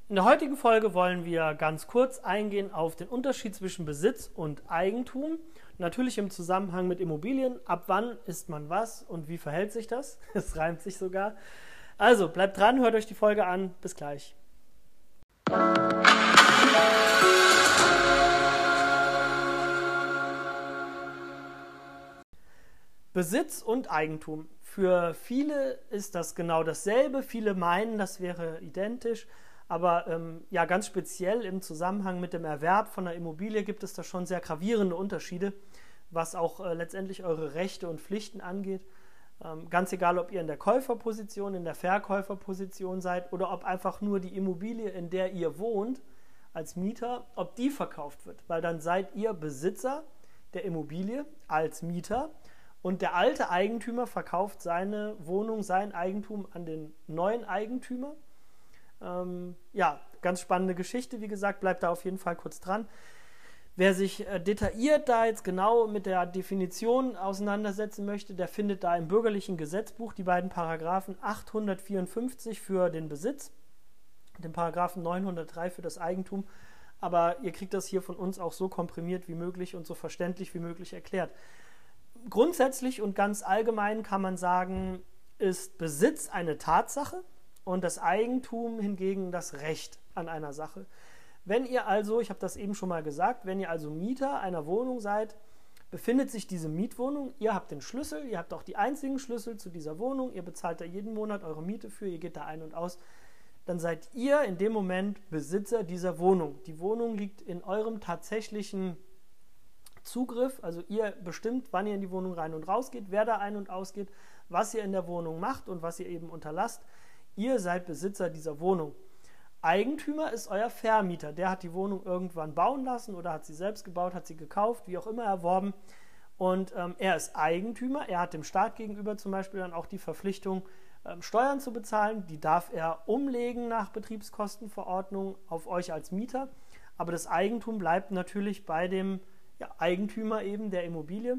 In der heutigen Folge wollen wir ganz kurz eingehen auf den Unterschied zwischen Besitz und Eigentum. Natürlich im Zusammenhang mit Immobilien. Ab wann ist man was und wie verhält sich das? Es reimt sich sogar. Also bleibt dran, hört euch die Folge an. Bis gleich. Besitz und Eigentum. Für viele ist das genau dasselbe. Viele meinen, das wäre identisch. Aber ganz speziell im Zusammenhang mit dem Erwerb von einer Immobilie gibt es da schon sehr gravierende Unterschiede, was auch letztendlich eure Rechte und Pflichten angeht. Ganz egal, ob ihr in der Käuferposition, in der Verkäuferposition seid oder ob einfach nur die Immobilie, in der ihr wohnt, als Mieter, ob die verkauft wird. Weil dann seid ihr Besitzer der Immobilie als Mieter und der alte Eigentümer verkauft seine Wohnung, sein Eigentum an den neuen Eigentümer. Ganz spannende Geschichte, wie gesagt, bleibt da auf jeden Fall kurz dran. Wer sich detailliert da jetzt genau mit der Definition auseinandersetzen möchte, der findet da im bürgerlichen Gesetzbuch die beiden Paragraphen 854 für den Besitz, den Paragraphen 903 für das Eigentum, aber ihr kriegt das hier von uns auch so komprimiert wie möglich und so verständlich wie möglich erklärt. Grundsätzlich und ganz allgemein kann man sagen, ist Besitz eine Tatsache und das Eigentum hingegen das Recht an einer Sache. Wenn ihr also, ich habe das eben schon mal gesagt, wenn ihr also Mieter einer Wohnung seid, befindet sich diese Mietwohnung, ihr habt den Schlüssel, ihr habt auch die einzigen Schlüssel zu dieser Wohnung, ihr bezahlt da jeden Monat eure Miete für, ihr geht da ein und aus, dann seid ihr in dem Moment Besitzer dieser Wohnung. Die Wohnung liegt in eurem tatsächlichen Zugriff, also ihr bestimmt, wann ihr in die Wohnung rein und raus geht, wer da ein- und ausgeht, was ihr in der Wohnung macht und was ihr eben unterlasst. Ihr seid Besitzer dieser Wohnung. Eigentümer ist euer Vermieter. Der hat die Wohnung irgendwann bauen lassen oder hat sie selbst gebaut, hat sie gekauft, wie auch immer erworben. Und er ist Eigentümer. Er hat dem Staat gegenüber zum Beispiel dann auch die Verpflichtung, Steuern zu bezahlen. Die darf er umlegen nach Betriebskostenverordnung auf euch als Mieter. Aber das Eigentum bleibt natürlich bei dem Eigentümer eben der Immobilie.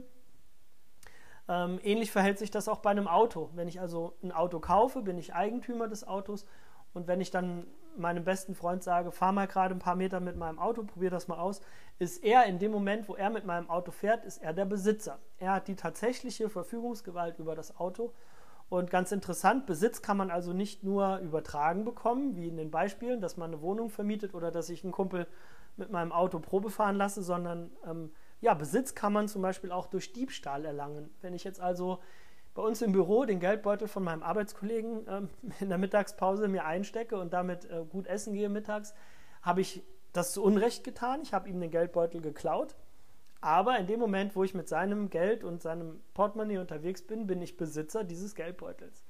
Ähnlich verhält sich das auch bei einem Auto. Wenn ich also ein Auto kaufe, bin ich Eigentümer des Autos und wenn ich dann meinem besten Freund sage, fahr mal gerade ein paar Meter mit meinem Auto, probier das mal aus, ist er in dem Moment, wo er mit meinem Auto fährt, ist er der Besitzer. Er hat die tatsächliche Verfügungsgewalt über das Auto und ganz interessant, Besitz kann man also nicht nur übertragen bekommen, wie in den Beispielen, dass man eine Wohnung vermietet oder dass ich einen Kumpel mit meinem Auto Probe fahren lasse, sondern Besitz kann man zum Beispiel auch durch Diebstahl erlangen. Wenn ich jetzt also bei uns im Büro den Geldbeutel von meinem Arbeitskollegen in der Mittagspause mir einstecke und damit gut essen gehe mittags, habe ich das zu Unrecht getan. Ich habe ihm den Geldbeutel geklaut. Aber in dem Moment, wo ich mit seinem Geld und seinem Portemonnaie unterwegs bin, bin ich Besitzer dieses Geldbeutels.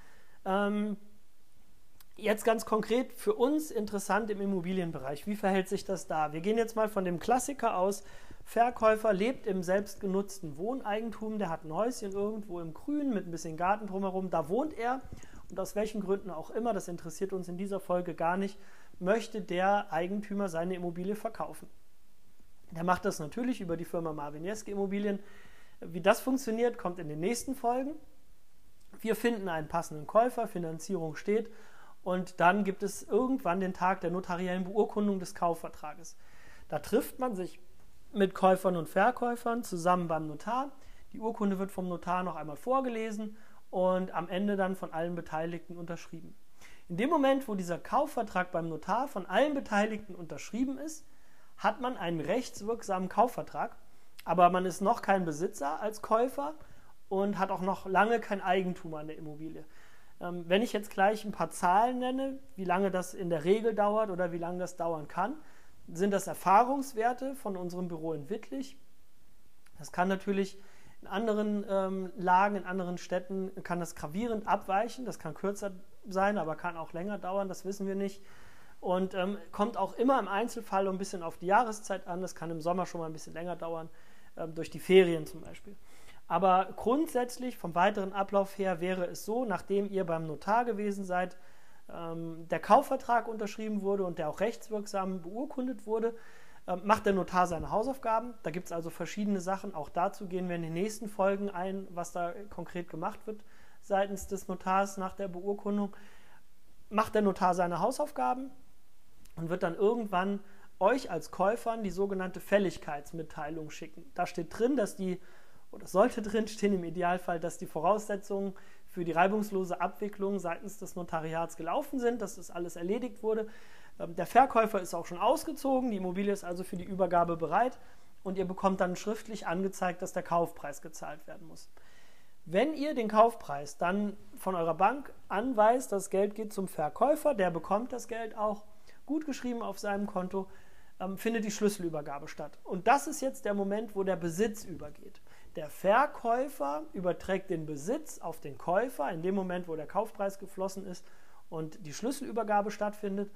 Jetzt ganz konkret für uns interessant im Immobilienbereich. Wie verhält sich das da? Wir gehen jetzt mal von dem Klassiker aus. Verkäufer lebt im selbstgenutzten Wohneigentum, der hat ein Häuschen irgendwo im Grün mit ein bisschen Garten drumherum, da wohnt er und aus welchen Gründen auch immer, das interessiert uns in dieser Folge gar nicht, möchte der Eigentümer seine Immobilie verkaufen. Der macht das natürlich über die Firma Marvin Jeske Immobilien. Wie das funktioniert, kommt in den nächsten Folgen. Wir finden einen passenden Käufer, Finanzierung steht und dann gibt es irgendwann den Tag der notariellen Beurkundung des Kaufvertrages. Da trifft man sich mit Käufern und Verkäufern zusammen beim Notar. Die Urkunde wird vom Notar noch einmal vorgelesen und am Ende dann von allen Beteiligten unterschrieben. In dem Moment, wo dieser Kaufvertrag beim Notar von allen Beteiligten unterschrieben ist, hat man einen rechtswirksamen Kaufvertrag, aber man ist noch kein Besitzer als Käufer und hat auch noch lange kein Eigentum an der Immobilie. Wenn ich jetzt gleich ein paar Zahlen nenne, wie lange das in der Regel dauert oder wie lange das dauern kann, sind das Erfahrungswerte von unserem Büro in Wittlich. Das kann natürlich in anderen Lagen, in anderen Städten, kann das gravierend abweichen. Das kann kürzer sein, aber kann auch länger dauern, das wissen wir nicht. Und kommt auch immer im Einzelfall ein bisschen auf die Jahreszeit an. Das kann im Sommer schon mal ein bisschen länger dauern, durch die Ferien zum Beispiel. Aber grundsätzlich vom weiteren Ablauf her wäre es so, nachdem ihr beim Notar gewesen seid, der Kaufvertrag unterschrieben wurde und der auch rechtswirksam beurkundet wurde, macht der Notar seine Hausaufgaben. Da gibt es also verschiedene Sachen. Auch dazu gehen wir in den nächsten Folgen ein, was da konkret gemacht wird seitens des Notars nach der Beurkundung. Macht der Notar seine Hausaufgaben, und wird dann irgendwann euch als Käufern die sogenannte Fälligkeitsmitteilung schicken. Da steht drin, oder sollte drin stehen im Idealfall, dass die Voraussetzungen für die reibungslose Abwicklung seitens des Notariats gelaufen sind, dass das alles erledigt wurde. Der Verkäufer ist auch schon ausgezogen, die Immobilie ist also für die Übergabe bereit und ihr bekommt dann schriftlich angezeigt, dass der Kaufpreis gezahlt werden muss. Wenn ihr den Kaufpreis dann von eurer Bank anweist, das Geld geht zum Verkäufer, der bekommt das Geld auch gut geschrieben auf seinem Konto, findet die Schlüsselübergabe statt. Und das ist jetzt der Moment, wo der Besitz übergeht. Der Verkäufer überträgt den Besitz auf den Käufer in dem Moment, wo der Kaufpreis geflossen ist und die Schlüsselübergabe stattfindet.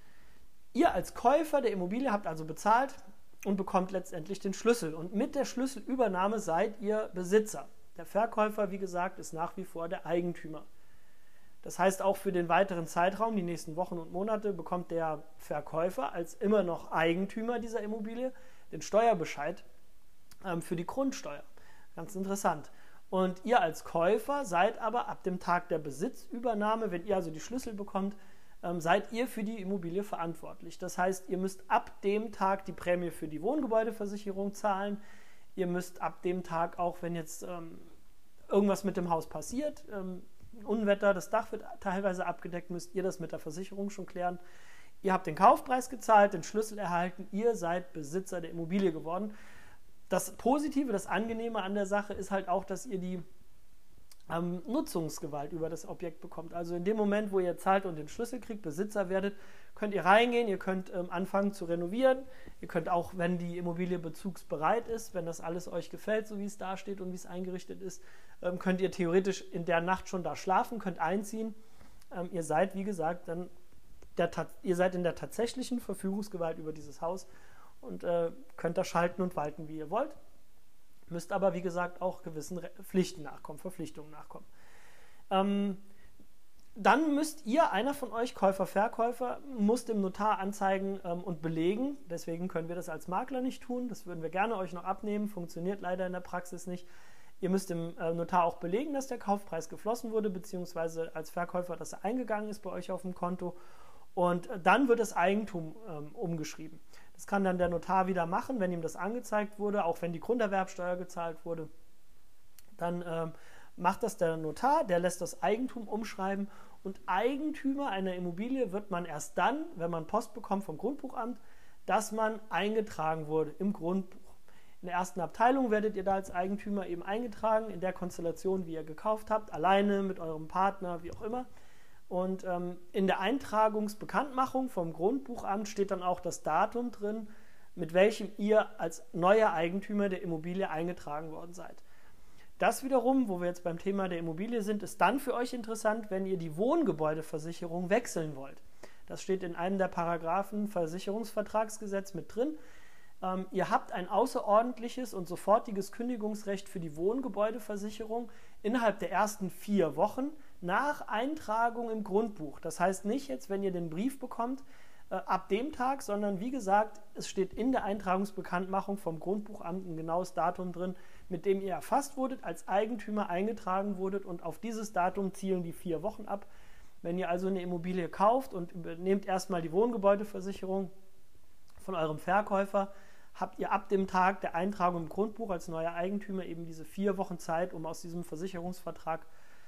Ihr als Käufer der Immobilie habt also bezahlt und bekommt letztendlich den Schlüssel. Und mit der Schlüsselübernahme seid ihr Besitzer. Der Verkäufer, wie gesagt, ist nach wie vor der Eigentümer. Das heißt, auch für den weiteren Zeitraum, die nächsten Wochen und Monate, bekommt der Verkäufer als immer noch Eigentümer dieser Immobilie den Steuerbescheid für die Grundsteuer. Ganz interessant. Und ihr als Käufer seid aber ab dem Tag der Besitzübernahme, wenn ihr also die Schlüssel bekommt, seid ihr für die Immobilie verantwortlich. Das heißt, ihr müsst ab dem Tag die Prämie für die Wohngebäudeversicherung zahlen. Ihr müsst ab dem Tag, auch wenn jetzt irgendwas mit dem Haus passiert, Unwetter, das Dach wird teilweise abgedeckt, müsst ihr das mit der Versicherung schon klären. Ihr habt den Kaufpreis gezahlt, den Schlüssel erhalten, ihr seid Besitzer der Immobilie geworden. Das Positive, das Angenehme an der Sache ist halt auch, dass ihr die Nutzungsgewalt über das Objekt bekommt. Also in dem Moment, wo ihr zahlt und den Schlüssel kriegt, Besitzer werdet, könnt ihr reingehen, ihr könnt anfangen zu renovieren, ihr könnt auch, wenn die Immobilie bezugsbereit ist, wenn das alles euch gefällt, so wie es da steht und wie es eingerichtet ist, könnt ihr theoretisch in der Nacht schon da schlafen, könnt einziehen. Ihr seid, wie gesagt, dann ihr seid in der tatsächlichen Verfügungsgewalt über dieses Haus und könnt da schalten und walten, wie ihr wollt. Müsst aber, wie gesagt, auch gewissen Pflichten nachkommen, Verpflichtungen nachkommen. Dann müsst ihr, einer von euch, Käufer, Verkäufer, muss dem Notar anzeigen und belegen. Deswegen können wir das als Makler nicht tun. Das würden wir gerne euch noch abnehmen. Funktioniert leider in der Praxis nicht. Ihr müsst dem Notar auch belegen, dass der Kaufpreis geflossen wurde, beziehungsweise als Verkäufer, dass er eingegangen ist bei euch auf dem Konto. Und dann wird das Eigentum umgeschrieben. Das kann dann der Notar wieder machen, wenn ihm das angezeigt wurde, auch wenn die Grunderwerbsteuer gezahlt wurde. Dann macht das der Notar, der lässt das Eigentum umschreiben und Eigentümer einer Immobilie wird man erst dann, wenn man Post bekommt vom Grundbuchamt, dass man eingetragen wurde im Grundbuch. In der ersten Abteilung werdet ihr da als Eigentümer eben eingetragen, in der Konstellation, wie ihr gekauft habt, alleine, mit eurem Partner, wie auch immer. Und in der Eintragungsbekanntmachung vom Grundbuchamt steht dann auch das Datum drin, mit welchem ihr als neuer Eigentümer der Immobilie eingetragen worden seid. Das wiederum, wo wir jetzt beim Thema der Immobilie sind, ist dann für euch interessant, wenn ihr die Wohngebäudeversicherung wechseln wollt. Das steht in einem der Paragraphen Versicherungsvertragsgesetz mit drin. Ihr habt ein außerordentliches und sofortiges Kündigungsrecht für die Wohngebäudeversicherung innerhalb der ersten 4 Wochen nach Eintragung im Grundbuch. Das heißt nicht jetzt, wenn ihr den Brief bekommt, ab dem Tag, sondern wie gesagt, es steht in der Eintragungsbekanntmachung vom Grundbuchamt ein genaues Datum drin, mit dem ihr erfasst wurdet, als Eigentümer eingetragen wurdet und auf dieses Datum zielen die 4 Wochen ab. Wenn ihr also eine Immobilie kauft und nehmt erstmal die Wohngebäudeversicherung von eurem Verkäufer, habt ihr ab dem Tag der Eintragung im Grundbuch als neuer Eigentümer eben diese 4 Wochen Zeit, um aus diesem Versicherungsvertrag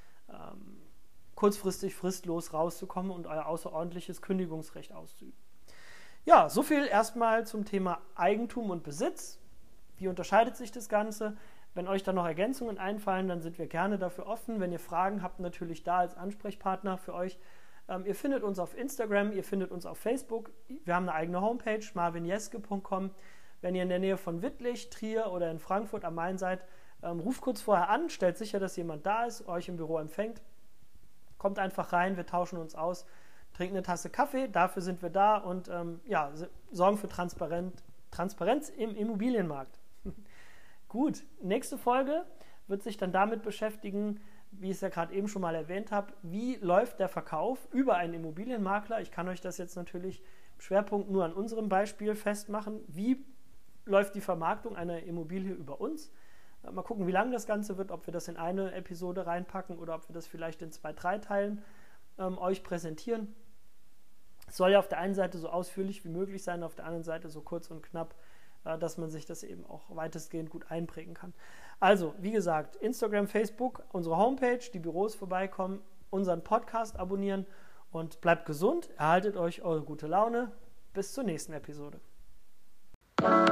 kurzfristig fristlos rauszukommen und euer außerordentliches Kündigungsrecht auszuüben. Ja, soviel erstmal zum Thema Eigentum und Besitz. Wie unterscheidet sich das Ganze? Wenn euch da noch Ergänzungen einfallen, dann sind wir gerne dafür offen. Wenn ihr Fragen habt, natürlich da als Ansprechpartner für euch. Ihr findet uns auf Instagram, ihr findet uns auf Facebook. Wir haben eine eigene Homepage, marvinjeske.com. Wenn ihr in der Nähe von Wittlich, Trier oder in Frankfurt am Main seid, ruft kurz vorher an, stellt sicher, dass jemand da ist, euch im Büro empfängt. Kommt einfach rein, wir tauschen uns aus, trinken eine Tasse Kaffee, dafür sind wir da und sorgen für Transparenz im Immobilienmarkt. Gut, nächste Folge wird sich dann damit beschäftigen, wie ich es ja gerade eben schon mal erwähnt habe, wie läuft der Verkauf über einen Immobilienmakler. Ich kann euch das jetzt natürlich im Schwerpunkt nur an unserem Beispiel festmachen. Wie läuft die Vermarktung einer Immobilie über uns? Mal gucken, wie lang das Ganze wird, ob wir das in eine Episode reinpacken oder ob wir das vielleicht in 2, 3 Teilen euch präsentieren. Es soll ja auf der einen Seite so ausführlich wie möglich sein, auf der anderen Seite so kurz und knapp, dass man sich das eben auch weitestgehend gut einprägen kann. Also, wie gesagt, Instagram, Facebook, unsere Homepage, die Büros vorbeikommen, unseren Podcast abonnieren und bleibt gesund, erhaltet euch eure gute Laune. Bis zur nächsten Episode.